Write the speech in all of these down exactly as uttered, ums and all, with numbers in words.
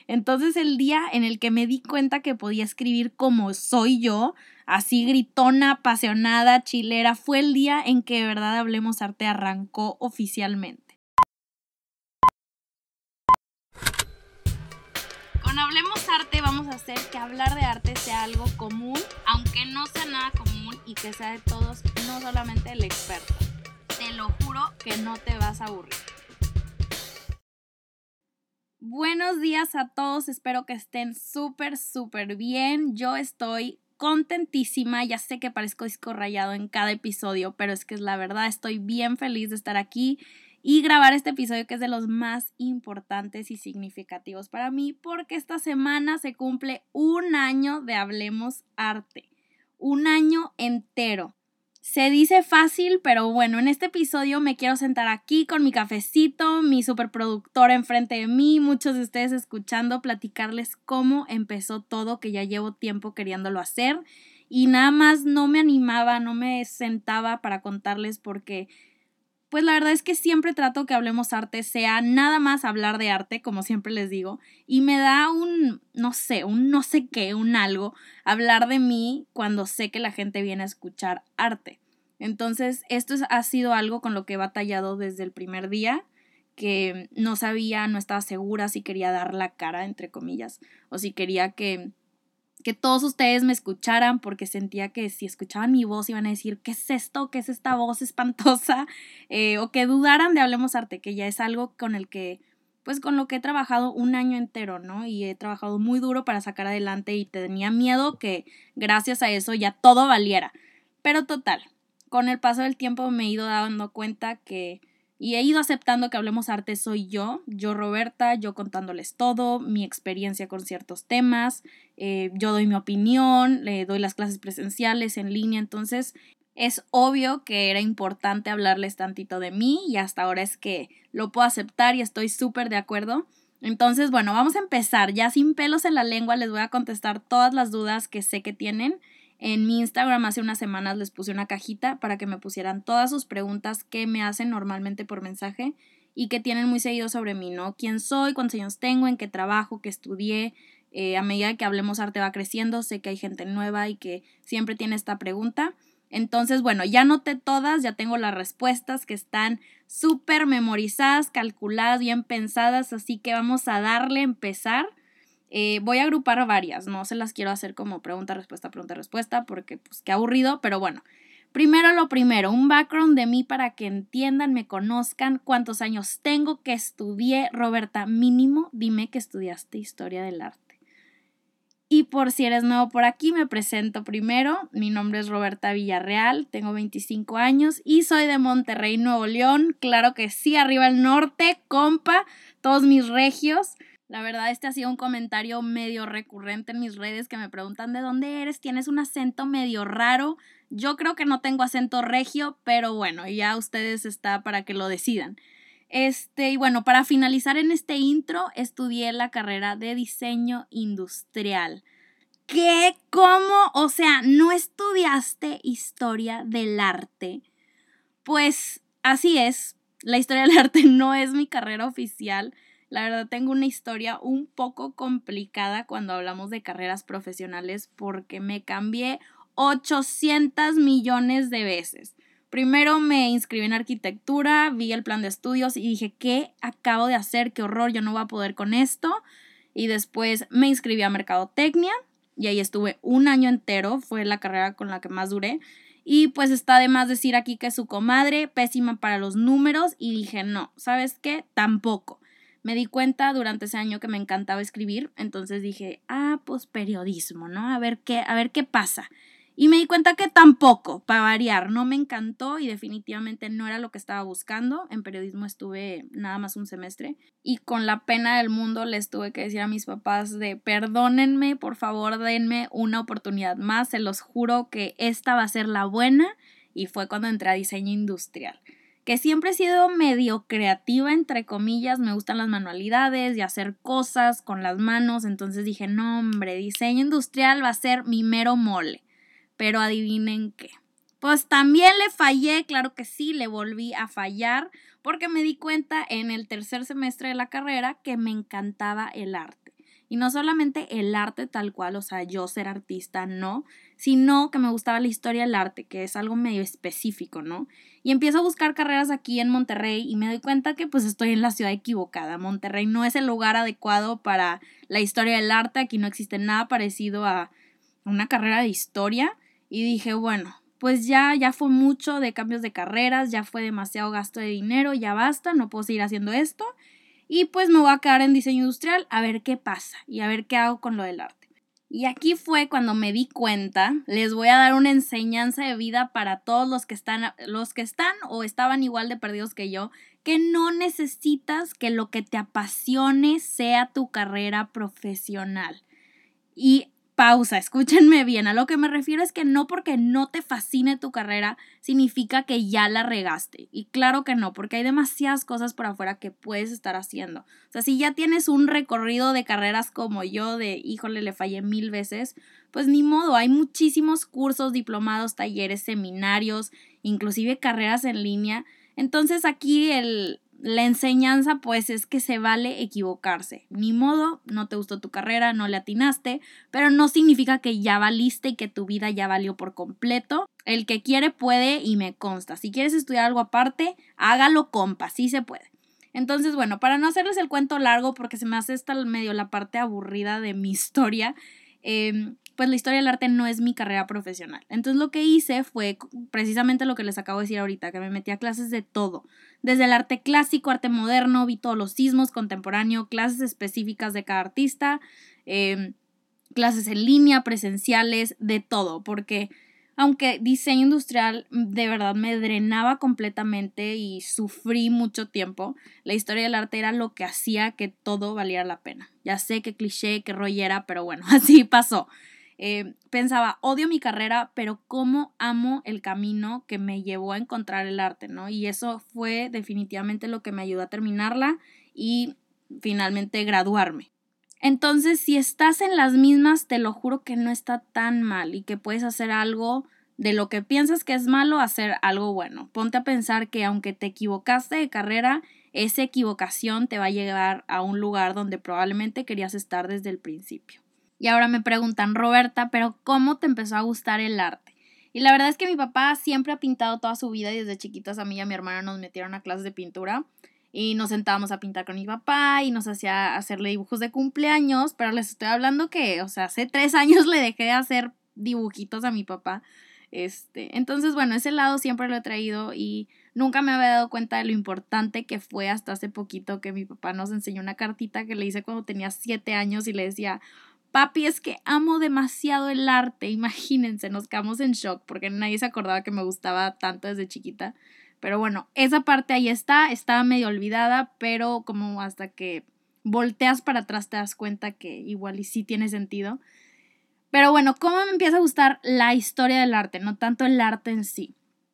Entonces el día en el que me di cuenta que podía escribir como soy yo, así gritona, apasionada, chilera, fue el día en que de verdad Hablemos Arte arrancó oficialmente. Con Hablemos Arte vamos a hacer que hablar de arte sea algo común, aunque no sea nada común y que sea de todos, no solamente el experto. Te lo juro que no te vas a aburrir. Buenos días a todos, espero que estén súper, súper bien. Yo estoy contentísima, ya sé que parezco disco rayado en cada episodio, pero es que es la verdad, estoy bien feliz de estar aquí y grabar este episodio que es de los más importantes y significativos para mí, porque esta semana se cumple un año de Hablemos Arte, un año entero. Se dice fácil, pero bueno, en este episodio me quiero sentar aquí con mi cafecito, mi superproductora enfrente de mí, muchos de ustedes escuchando, platicarles cómo empezó todo, que ya llevo tiempo queriéndolo hacer y nada más no me animaba, no me sentaba para contarles porque pues la verdad es que siempre trato que Hablemos Arte sea nada más hablar de arte, como siempre les digo, y me da un, no sé, un no sé qué, un algo, hablar de mí cuando sé que la gente viene a escuchar arte. Entonces, esto es, ha sido algo con lo que he batallado desde el primer día, que no sabía, no estaba segura si quería dar la cara, entre comillas, o si quería que... que todos ustedes me escucharan porque sentía que si escuchaban mi voz iban a decir ¿qué es esto? ¿Qué es esta voz espantosa? Eh, o que dudaran de Hablemos Arte, que ya es algo con el que, pues con lo que he trabajado un año entero, ¿no? Y he trabajado muy duro para sacar adelante y tenía miedo que gracias a eso ya todo valiera. Pero total, con el paso del tiempo me he ido dando cuenta que... y he ido aceptando que Hablemos Arte soy yo, yo Roberta, yo contándoles todo, mi experiencia con ciertos temas, eh, yo doy mi opinión, le doy las clases presenciales en línea, entonces es obvio que era importante hablarles tantito de mí y hasta ahora es que lo puedo aceptar y estoy súper de acuerdo. Entonces, bueno, vamos a empezar, ya sin pelos en la lengua les voy a contestar todas las dudas que sé que tienen. En mi Instagram hace unas semanas les puse una cajita para que me pusieran todas sus preguntas que me hacen normalmente por mensaje y que tienen muy seguido sobre mí, ¿no? ¿Quién soy? ¿Cuántos años tengo? ¿En qué trabajo? ¿Qué estudié? Eh, a medida que Hablemos Arte va creciendo, sé que hay gente nueva y que siempre tiene esta pregunta. Entonces, bueno, ya noté todas, ya tengo las respuestas que están súper memorizadas, calculadas, bien pensadas, así que vamos a darle a empezar. Eh, voy a agrupar varias, no se las quiero hacer como pregunta, respuesta, pregunta, respuesta, porque pues qué aburrido, pero bueno. Primero lo primero, un background de mí para que entiendan, me conozcan, cuántos años tengo, qué estudié. Roberta, mínimo, dime que estudiaste Historia del Arte. Y por si eres nuevo por aquí, me presento primero. Mi nombre es Roberta Villarreal, tengo veinticinco años y soy de Monterrey, Nuevo León. Claro que sí, arriba el norte, compa, todos mis regios. La verdad, este ha sido un comentario medio recurrente en mis redes que me preguntan ¿de dónde eres? ¿Tienes un acento medio raro? Yo creo que no tengo acento regio, pero bueno, ya ustedes está para que lo decidan. Este, y bueno, para finalizar en este intro, estudié la carrera de diseño industrial. ¿Qué? ¿Cómo? O sea, ¿no estudiaste historia del arte? Pues así es, la historia del arte no es mi carrera oficial. La verdad tengo una historia un poco complicada cuando hablamos de carreras profesionales porque me cambié ochocientos millones de veces. Primero me inscribí en arquitectura, vi el plan de estudios y dije, ¿qué acabo de hacer? ¡Qué horror! Yo no voy a poder con esto. Y después me inscribí a mercadotecnia y ahí estuve un año entero, fue la carrera con la que más duré. Y pues está de más decir aquí que su comadre, pésima para los números, y dije, no, ¿sabes qué? Tampoco. Me di cuenta durante ese año que me encantaba escribir, entonces dije, ah, pues periodismo, ¿no? A ver qué, a ver qué pasa. Y me di cuenta que tampoco, para variar, no me encantó y definitivamente no era lo que estaba buscando. En periodismo estuve nada más un semestre y con la pena del mundo les tuve que decir a mis papás de perdónenme, por favor denme una oportunidad más, se los juro que esta va a ser la buena. Y fue cuando entré a diseño industrial, que siempre he sido medio creativa, entre comillas, me gustan las manualidades y hacer cosas con las manos, entonces dije, no hombre, diseño industrial va a ser mi mero mole. Pero adivinen qué. Pues también le fallé, claro que sí, le volví a fallar porque me di cuenta en el tercer semestre de la carrera que me encantaba el arte. Y no solamente el arte tal cual, o sea, yo ser artista, no, sino que me gustaba la historia del arte, que es algo medio específico, ¿no? Y empiezo a buscar carreras aquí en Monterrey y me doy cuenta que pues estoy en la ciudad equivocada. Monterrey no es el lugar adecuado para la historia del arte, aquí no existe nada parecido a una carrera de historia. Y dije, bueno, pues ya, ya fue mucho de cambios de carreras, ya fue demasiado gasto de dinero, ya basta, no puedo seguir haciendo esto. Y pues me voy a quedar en diseño industrial a ver qué pasa y a ver qué hago con lo del arte. Y aquí fue cuando me di cuenta, les voy a dar una enseñanza de vida para todos los que están, los que están o estaban igual de perdidos que yo, que no necesitas que lo que te apasione sea tu carrera profesional. Y pausa, escúchenme bien, a lo que me refiero es que no porque no te fascine tu carrera significa que ya la regaste. Y claro que no, porque hay demasiadas cosas por afuera que puedes estar haciendo. O sea, si ya tienes un recorrido de carreras como yo, de híjole, le fallé mil veces, pues ni modo, hay muchísimos cursos, diplomados, talleres, seminarios, inclusive carreras en línea. Entonces aquí el... La enseñanza pues es que se vale equivocarse, ni modo, no te gustó tu carrera, no le atinaste, pero no significa que ya valiste y que tu vida ya valió por completo. El que quiere puede y me consta, si quieres estudiar algo aparte, hágalo compa, sí se puede. Entonces bueno, para no hacerles el cuento largo porque se me hace esta medio la parte aburrida de mi historia, eh, pues la historia del arte no es mi carrera profesional. Entonces lo que hice fue precisamente lo que les acabo de decir ahorita, que me metí a clases de todo. Desde el arte clásico, arte moderno, vi todos los sismos, contemporáneo, clases específicas de cada artista, eh, clases en línea, presenciales, de todo, porque aunque diseño industrial de verdad me drenaba completamente y sufrí mucho tiempo, la historia del arte era lo que hacía que todo valiera la pena. Ya sé que cliché, que rollera, pero bueno, así pasó. Eh, pensaba, odio mi carrera, pero cómo amo el camino que me llevó a encontrar el arte, ¿no? Y eso fue definitivamente lo que me ayudó a terminarla y finalmente graduarme. Entonces, si estás en las mismas, te lo juro que no está tan mal y que puedes hacer algo de lo que piensas que es malo, hacer algo bueno. Ponte a pensar que aunque te equivocaste de carrera, esa equivocación te va a llevar a un lugar donde probablemente querías estar desde el principio. Y ahora me preguntan, Roberta, ¿pero cómo te empezó a gustar el arte? Y la verdad es que mi papá siempre ha pintado toda su vida y desde chiquitas a mí y a mi hermana nos metieron a clases de pintura y nos sentábamos a pintar con mi papá y nos hacía hacerle dibujos de cumpleaños, pero les estoy hablando que, o sea, hace tres años le dejé de hacer dibujitos a mi papá. Este, entonces, bueno, ese lado siempre lo he traído y nunca me había dado cuenta de lo importante que fue hasta hace poquito que mi papá nos enseñó una cartita que le hice cuando tenía siete años y le decía, papi, es que amo demasiado el arte. Imagínense, nos quedamos en shock porque nadie se acordaba que me gustaba tanto desde chiquita. Pero bueno, esa parte ahí está, estaba medio olvidada, pero como hasta que volteas para atrás te das cuenta que igual y sí tiene sentido. Pero bueno, ¿cómo me empieza a gustar la historia del arte? No tanto el arte en sí.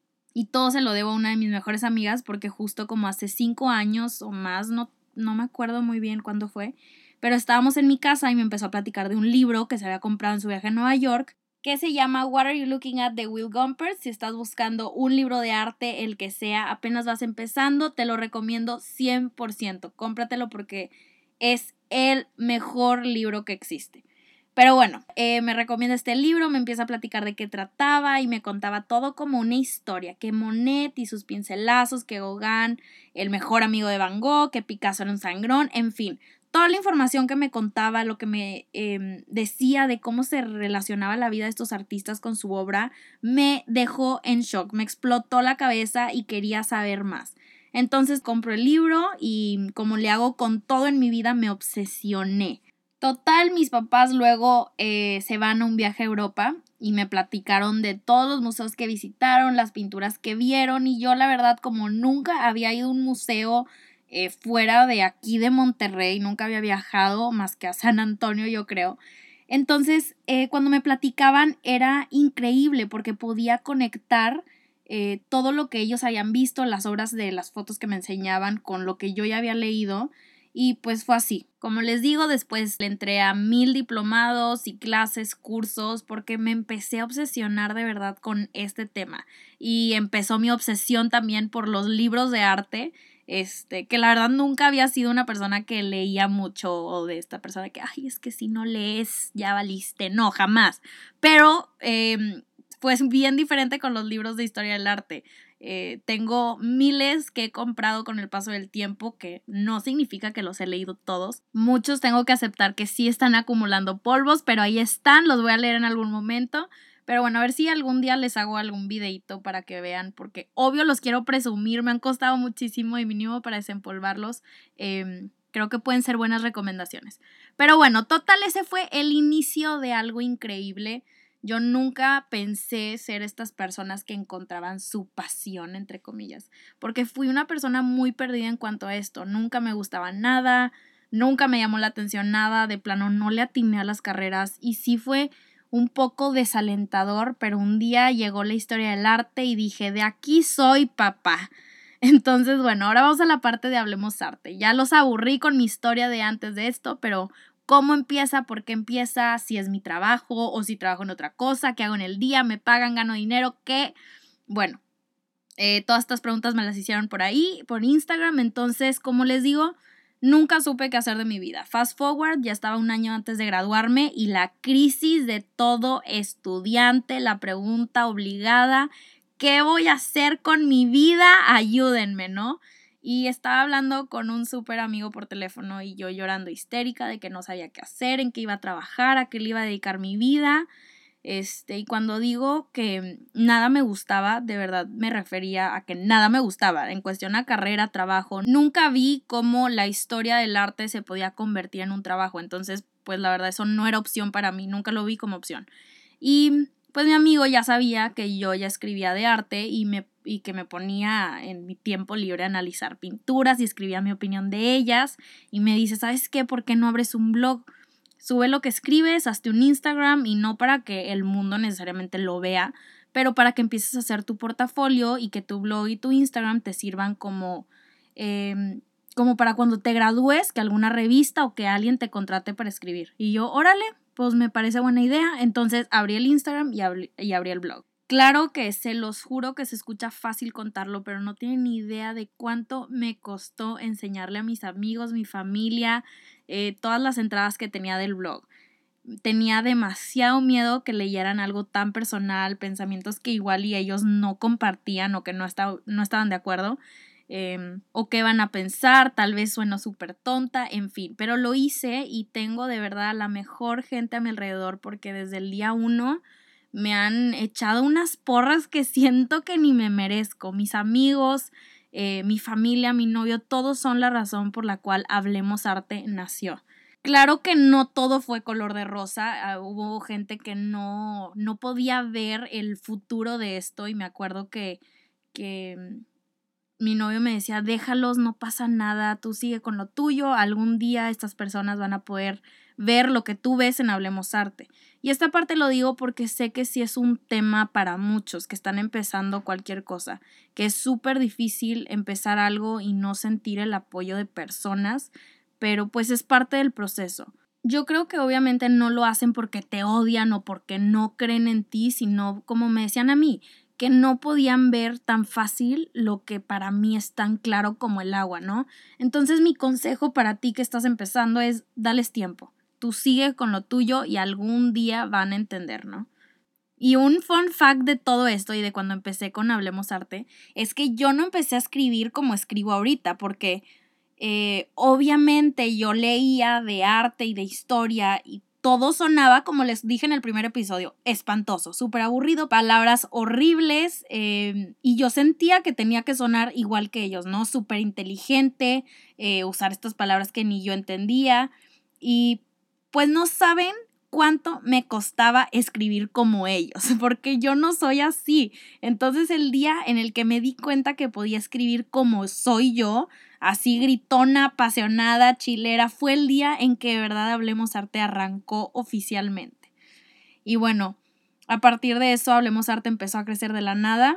Y todo se lo debo a una de mis mejores amigas porque justo como hace cinco años o más, no, no me acuerdo muy bien cuándo fue, pero estábamos en mi casa y me empezó a platicar de un libro que se había comprado en su viaje a Nueva York que se llama What Are You Looking At de Will Gompers. Si estás buscando un libro de arte, el que sea, apenas vas empezando, te lo recomiendo cien por ciento. Cómpratelo porque es el mejor libro que existe. Pero bueno, eh, me recomienda este libro, me empieza a platicar de qué trataba y me contaba todo como una historia, que Monet y sus pincelazos, que Gauguin, el mejor amigo de Van Gogh, que Picasso era un sangrón, en fin, toda la información que me contaba, lo que me eh, decía de cómo se relacionaba la vida de estos artistas con su obra, me dejó en shock, me explotó la cabeza y quería saber más. Entonces compro el libro y como le hago con todo en mi vida, me obsesioné. Total, mis papás luego eh, se van a un viaje a Europa y me platicaron de todos los museos que visitaron, las pinturas que vieron y yo la verdad como nunca había ido a un museo eh, fuera de aquí de Monterrey, nunca había viajado más que a San Antonio yo creo. Entonces eh, cuando me platicaban era increíble porque podía conectar eh, todo lo que ellos habían visto, las obras de las fotos que me enseñaban con lo que yo ya había leído. Y pues fue así. Como les digo, después le entré a mil diplomados y clases, cursos, porque me empecé a obsesionar de verdad con este tema. Y empezó mi obsesión también por los libros de arte. Este, que la verdad nunca había sido una persona que leía mucho o de esta persona que, ay, es que si no lees ya valiste, no, jamás. Pero eh, pues bien diferente con los libros de historia del arte. Eh, tengo miles que he comprado con el paso del tiempo, que no significa que los he leído todos. Muchos tengo que aceptar que sí están acumulando polvos, pero ahí están, los voy a leer en algún momento. Pero bueno, a ver si algún día les hago algún videito para que vean, porque obvio los quiero presumir, me han costado muchísimo y mínimo para desempolvarlos. Eh, creo que pueden ser buenas recomendaciones. Pero bueno, total, ese fue el inicio de algo increíble. Yo nunca pensé ser estas personas que encontraban su pasión, entre comillas, porque fui una persona muy perdida en cuanto a esto. Nunca me gustaba nada, nunca me llamó la atención nada, de plano no le atiné a las carreras y sí fue un poco desalentador, pero un día llegó la historia del arte y dije, de aquí soy, papá. Entonces, bueno, ahora vamos a la parte de Hablemos Arte. Ya los aburrí con mi historia de antes de esto, pero ¿cómo empieza? ¿Por qué empieza? Si es mi trabajo o si trabajo en otra cosa, ¿qué hago en el día? ¿Me pagan? ¿Gano dinero? ¿Qué? Bueno, eh, todas estas preguntas me las hicieron por ahí, por Instagram. Entonces, como les digo, nunca supe qué hacer de mi vida. Fast forward, ya estaba un año antes de graduarme y la crisis de todo estudiante, la pregunta obligada, ¿qué voy a hacer con mi vida? Ayúdenme, ¿no? Y estaba hablando con un súper amigo por teléfono y yo llorando histérica de que no sabía qué hacer, en qué iba a trabajar, a qué le iba a dedicar mi vida. Este, y cuando digo que nada me gustaba, de verdad me refería a que nada me gustaba. En cuestión a carrera, trabajo, nunca vi cómo la historia del arte se podía convertir en un trabajo. Entonces, pues la verdad eso no era opción para mí, nunca lo vi como opción. Y pues mi amigo ya sabía que yo ya escribía de arte y, me, y que me ponía en mi tiempo libre a analizar pinturas y escribía mi opinión de ellas. Y me dice, ¿sabes qué? ¿Por qué no abres un blog? Sube lo que escribes, hazte un Instagram y no para que el mundo necesariamente lo vea, pero para que empieces a hacer tu portafolio y que tu blog y tu Instagram te sirvan como, eh, como para cuando te gradúes, que alguna revista o que alguien te contrate para escribir. Y yo, órale, pues me parece buena idea. Entonces abrí el Instagram y abrí, y abrí el blog. Claro que se los juro que se escucha fácil contarlo, pero no tienen ni idea de cuánto me costó enseñarle a mis amigos, mi familia, eh, todas las entradas que tenía del blog. Tenía demasiado miedo que leyeran algo tan personal, pensamientos que igual y ellos no compartían o que no, está, no estaban de acuerdo, eh, o qué van a pensar, tal vez sueno súper tonta, en fin, pero lo hice y tengo de verdad la mejor gente a mi alrededor porque desde el día uno me han echado unas porras que siento que ni me merezco. Mis amigos, eh, mi familia, mi novio, todos son la razón por la cual Hablemos Arte nació. Claro que no todo fue color de rosa, uh, hubo gente que no, no podía ver el futuro de esto y me acuerdo que, que mi novio me decía, déjalos, no pasa nada, tú sigue con lo tuyo, algún día estas personas van a poder ver lo que tú ves en Hablemos Arte. Y esta parte lo digo porque sé que sí es un tema para muchos que están empezando cualquier cosa, que es súper difícil empezar algo y no sentir el apoyo de personas, pero pues es parte del proceso. Yo creo que obviamente no lo hacen porque te odian o porque no creen en ti, sino como me decían a mí, que no podían ver tan fácil lo que para mí es tan claro como el agua, ¿no? Entonces mi consejo para ti que estás empezando es dales tiempo. Tú sigue con lo tuyo y algún día van a entender, ¿no? Y un fun fact de todo esto y de cuando empecé con Hablemos Arte es que yo no empecé a escribir como escribo ahorita porque eh, obviamente yo leía de arte y de historia y todo sonaba, como les dije en el primer episodio, espantoso, súper aburrido, palabras horribles eh, y yo sentía que tenía que sonar igual que ellos, ¿no? Súper inteligente, eh, usar estas palabras que ni yo entendía y pues no saben cuánto me costaba escribir como ellos, porque yo no soy así. Entonces el día en el que me di cuenta que podía escribir como soy yo, así gritona, apasionada, chilera, fue el día en que de verdad Hablemos Arte arrancó oficialmente. Y bueno, a partir de eso Hablemos Arte empezó a crecer de la nada.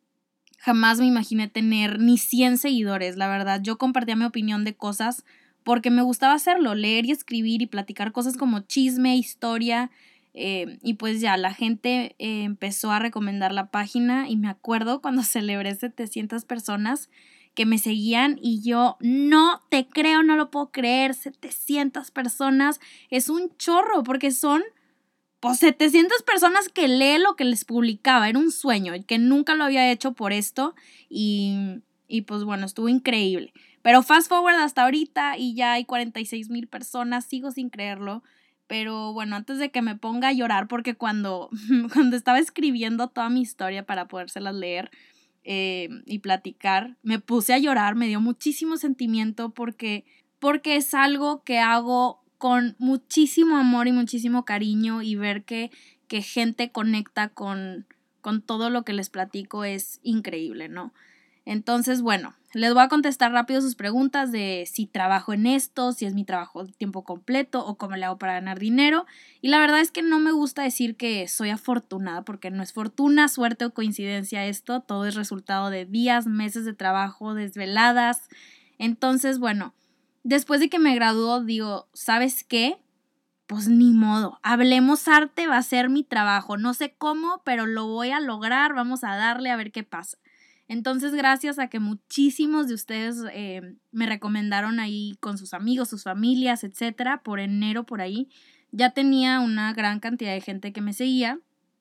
Jamás me imaginé tener ni cien seguidores, la verdad. Yo compartía mi opinión de cosas porque me gustaba hacerlo, leer y escribir y platicar cosas como chisme, historia. Eh, y pues ya, la gente eh, empezó a recomendar la página y me acuerdo cuando celebré setecientas personas que me seguían y yo no te creo, no lo puedo creer, setecientas personas, es un chorro porque son pues setecientas personas que lee lo que les publicaba, era un sueño, que nunca lo había hecho por esto y, y pues bueno, estuvo increíble. Pero fast forward hasta ahorita y ya hay cuarenta y seis mil personas, sigo sin creerlo. Pero bueno, antes de que me ponga a llorar, porque cuando, cuando estaba escribiendo toda mi historia para podérselas leer eh, y platicar, me puse a llorar, me dio muchísimo sentimiento porque, porque es algo que hago con muchísimo amor y muchísimo cariño y ver que, que gente conecta con, con todo lo que les platico es increíble, ¿no? Entonces, bueno, les voy a contestar rápido sus preguntas de si trabajo en esto, si es mi trabajo de tiempo completo o cómo le hago para ganar dinero. Y la verdad es que no me gusta decir que soy afortunada porque no es fortuna, suerte o coincidencia esto. Todo es resultado de días, meses de trabajo, desveladas. Entonces, bueno, después de que me graduó, digo, ¿sabes qué? Pues ni modo, Hablemos Arte va a ser mi trabajo. No sé cómo, pero lo voy a lograr. Vamos a darle a ver qué pasa. Entonces, gracias a que muchísimos de ustedes eh, me recomendaron ahí con sus amigos, sus familias, etcétera, por enero por ahí, ya tenía una gran cantidad de gente que me seguía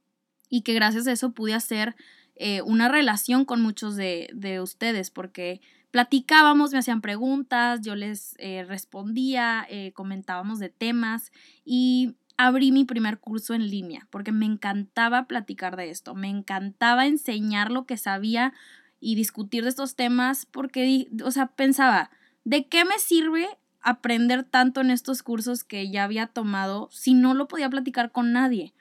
y que gracias a eso pude hacer eh, una relación con muchos de, de ustedes porque platicábamos, me hacían preguntas, yo les eh, respondía, eh, comentábamos de temas y abrí mi primer curso en línea porque me encantaba platicar de esto, me encantaba enseñar lo que sabía y discutir de estos temas porque, o sea, pensaba, ¿de qué me sirve aprender tanto en estos cursos que ya había tomado si no lo podía platicar con nadie?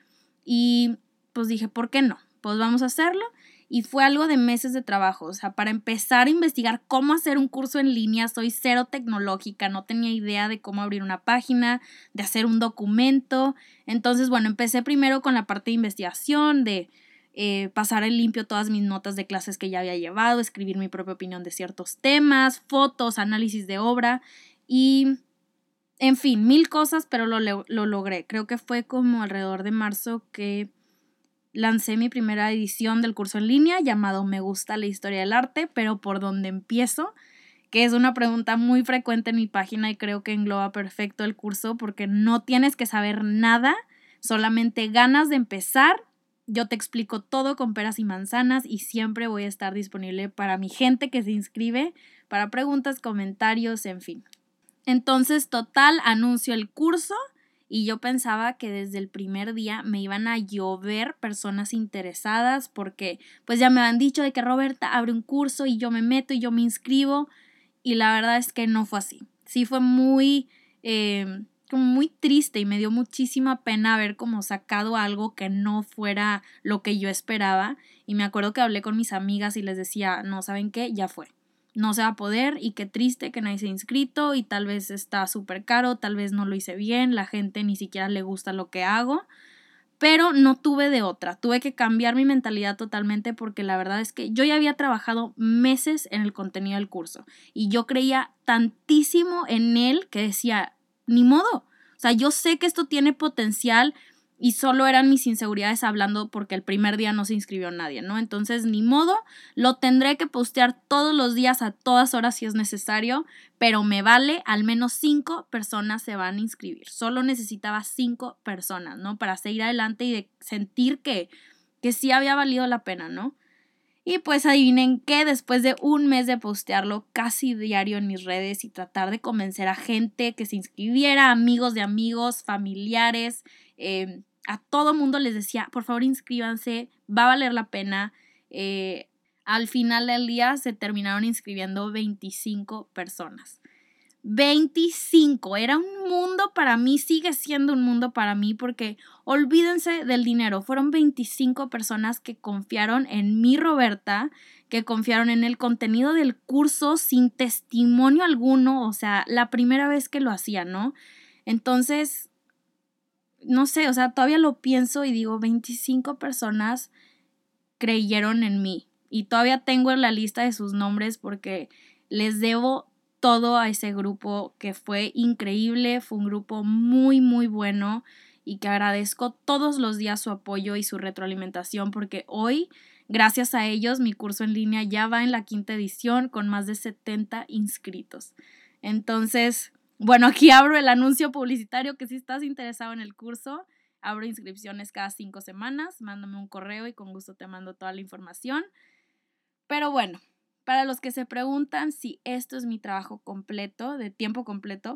Y pues dije, ¿por qué no? Pues vamos a hacerlo. Y fue algo de meses de trabajo, o sea, para empezar a investigar cómo hacer un curso en línea, soy cero tecnológica, no tenía idea de cómo abrir una página, de hacer un documento. Entonces, bueno, empecé primero con la parte de investigación, de eh, pasar en limpio todas mis notas de clases que ya había llevado, escribir mi propia opinión de ciertos temas, fotos, análisis de obra y, en fin, mil cosas, pero lo, lo logré. Creo que fue como alrededor de marzo que lancé mi primera edición del curso en línea llamado Me gusta la historia del arte, pero ¿por dónde empiezo? Que es una pregunta muy frecuente en mi página y creo que engloba perfecto el curso porque no tienes que saber nada, solamente ganas de empezar. Yo te explico todo con peras y manzanas y siempre voy a estar disponible para mi gente que se inscribe, para preguntas, comentarios, en fin. Entonces, total, anuncio el curso. Y yo pensaba que desde el primer día me iban a llover personas interesadas porque pues ya me han dicho de que Roberta abre un curso y yo me meto y yo me inscribo y la verdad es que no fue así. Sí fue muy, eh, como muy triste y me dio muchísima pena haber como sacado algo que no fuera lo que yo esperaba y me acuerdo que hablé con mis amigas y les decía, no, ¿saben qué? Ya fue. No se va a poder y qué triste que nadie se ha inscrito y tal vez está súper caro, tal vez no lo hice bien, la gente ni siquiera le gusta lo que hago, pero no tuve de otra, tuve que cambiar mi mentalidad totalmente porque la verdad es que yo ya había trabajado meses en el contenido del curso y yo creía tantísimo en él que decía, ni modo, o sea, yo sé que esto tiene potencial. Y solo eran mis inseguridades hablando porque el primer día no se inscribió nadie, ¿no? Entonces, ni modo, lo tendré que postear todos los días a todas horas si es necesario, pero me vale, al menos cinco personas se van a inscribir. Solo necesitaba cinco personas, ¿no? Para seguir adelante y de sentir que, que sí había valido la pena, ¿no? Y pues adivinen qué, después de un mes de postearlo casi diario en mis redes y tratar de convencer a gente que se inscribiera, amigos de amigos, familiares, eh, a todo mundo les decía, por favor inscríbanse, va a valer la pena. Eh, al final del día se terminaron inscribiendo veinticinco personas. veinticinco, era un mundo para mí, sigue siendo un mundo para mí porque olvídense del dinero, fueron veinticinco personas que confiaron en mí, Roberta, que confiaron en el contenido del curso sin testimonio alguno, o sea, la primera vez que lo hacía, ¿no? Entonces, no sé, o sea, todavía lo pienso y digo, veinticinco personas creyeron en mí y todavía tengo en la lista de sus nombres porque les debo todo a ese grupo que fue increíble, fue un grupo muy muy bueno y que agradezco todos los días su apoyo y su retroalimentación porque hoy gracias a ellos mi curso en línea ya va en la quinta edición con más de setenta inscritos. Entonces, bueno, aquí abro el anuncio publicitario que si estás interesado en el curso, abro inscripciones cada cinco semanas, mándame un correo y con gusto te mando toda la información. Pero bueno, para los que se preguntan si esto es mi trabajo completo, de tiempo completo,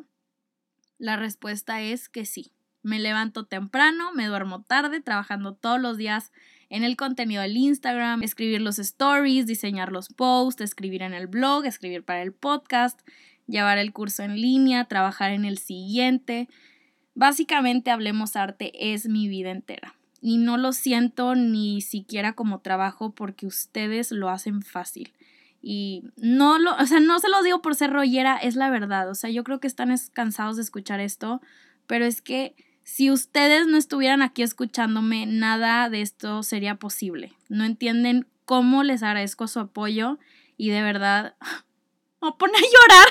la respuesta es que sí. Me levanto temprano, me duermo tarde, trabajando todos los días en el contenido del Instagram, escribir los stories, diseñar los posts, escribir en el blog, escribir para el podcast, llevar el curso en línea, trabajar en el siguiente. Básicamente, Hablemos Arte es mi vida entera. Y no lo siento ni siquiera como trabajo porque ustedes lo hacen fácil. Y no lo, o sea, no se los digo por ser rollera, es la verdad. O sea, yo creo que están cansados de escuchar esto, pero es que si ustedes no estuvieran aquí escuchándome, nada de esto sería posible. No entienden cómo les agradezco su apoyo y de verdad me voy a poner a llorar.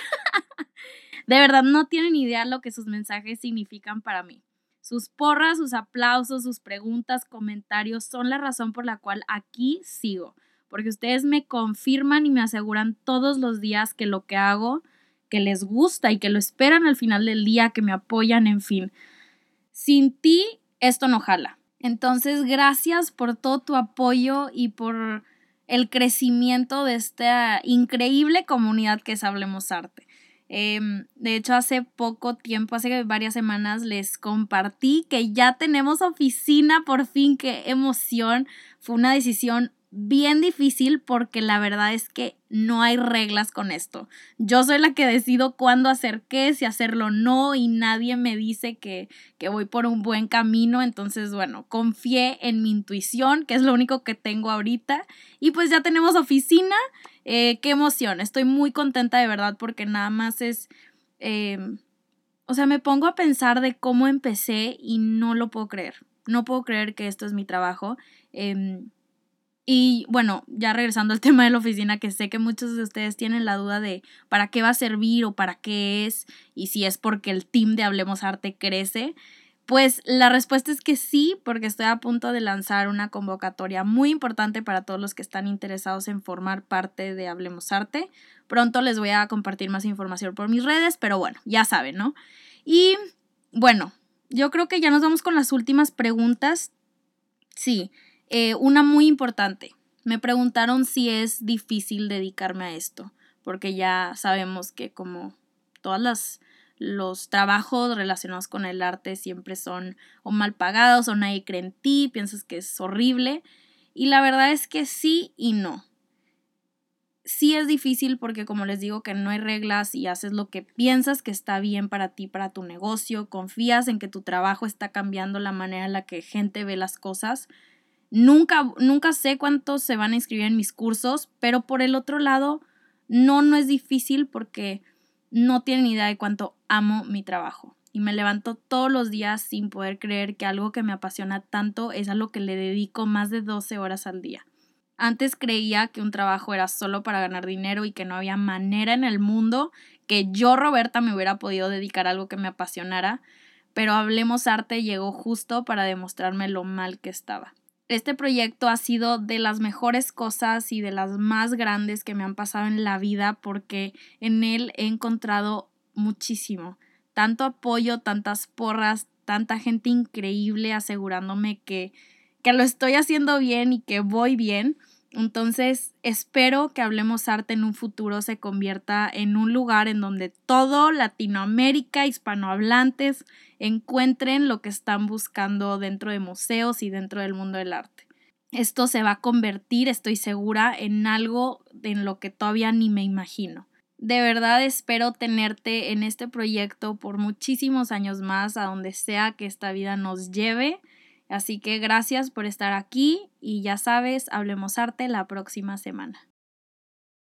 De verdad no tienen idea lo que sus mensajes significan para mí. Sus porras, sus aplausos, sus preguntas, comentarios son la razón por la cual aquí sigo. Porque ustedes me confirman y me aseguran todos los días que lo que hago, que les gusta y que lo esperan al final del día, que me apoyan, en fin. Sin ti, esto no jala. Entonces, gracias por todo tu apoyo y por el crecimiento de esta increíble comunidad que es Hablemos Arte. Eh, de hecho, hace poco tiempo, hace varias semanas, les compartí que ya tenemos oficina, por fin, qué emoción. Fue una decisión bien difícil porque la verdad es que no hay reglas con esto. Yo soy la que decido cuándo hacer qué, si hacerlo o no, y nadie me dice que, que voy por un buen camino. Entonces, bueno, confié en mi intuición, que es lo único que tengo ahorita, y pues ya tenemos oficina. Eh, qué emoción, estoy muy contenta de verdad porque nada más es, eh, o sea, me pongo a pensar de cómo empecé y no lo puedo creer, no puedo creer que esto es mi trabajo. Eh, y bueno, ya regresando al tema de la oficina, que sé que muchos de ustedes tienen la duda de para qué va a servir o para qué es y si es porque el team de Hablemos Arte crece. Pues la respuesta es que sí, porque estoy a punto de lanzar una convocatoria muy importante para todos los que están interesados en formar parte de Hablemos Arte. Pronto les voy a compartir más información por mis redes, pero bueno, ya saben, ¿no? Y bueno, yo creo que ya nos vamos con las últimas preguntas. Sí, eh, una muy importante. Me preguntaron si es difícil dedicarme a esto, porque ya sabemos que como todas las los trabajos relacionados con el arte siempre son o mal pagados o nadie cree en ti, piensas que es horrible. Y la verdad es que sí y no. Sí es difícil porque, como les digo, que no hay reglas y haces lo que piensas que está bien para ti, para tu negocio, confías en que tu trabajo está cambiando la manera en la que gente ve las cosas. Nunca, nunca sé cuántos se van a inscribir en mis cursos, pero por el otro lado, no, no es difícil porque no tienen idea de cuánto amo mi trabajo. Y me levanto todos los días sin poder creer que algo que me apasiona tanto es a lo que le dedico más de doce horas al día. Antes creía que un trabajo era solo para ganar dinero y que no había manera en el mundo que yo, Roberta, me hubiera podido dedicar a algo que me apasionara, pero Hablemos Arte llegó justo para demostrarme lo mal que estaba. Este proyecto ha sido de las mejores cosas y de las más grandes que me han pasado en la vida porque en él he encontrado muchísimo. Tanto apoyo, tantas porras, tanta gente increíble asegurándome que, que lo estoy haciendo bien y que voy bien. Entonces espero que Hablemos Arte en un futuro se convierta en un lugar en donde todo Latinoamérica, hispanohablantes, encuentren lo que están buscando dentro de museos y dentro del mundo del arte. Esto se va a convertir, estoy segura, en algo en lo que todavía ni me imagino. De verdad espero tenerte en este proyecto por muchísimos años más, a donde sea que esta vida nos lleve. Así que gracias por estar aquí y ya sabes, Hablemos Arte la próxima semana.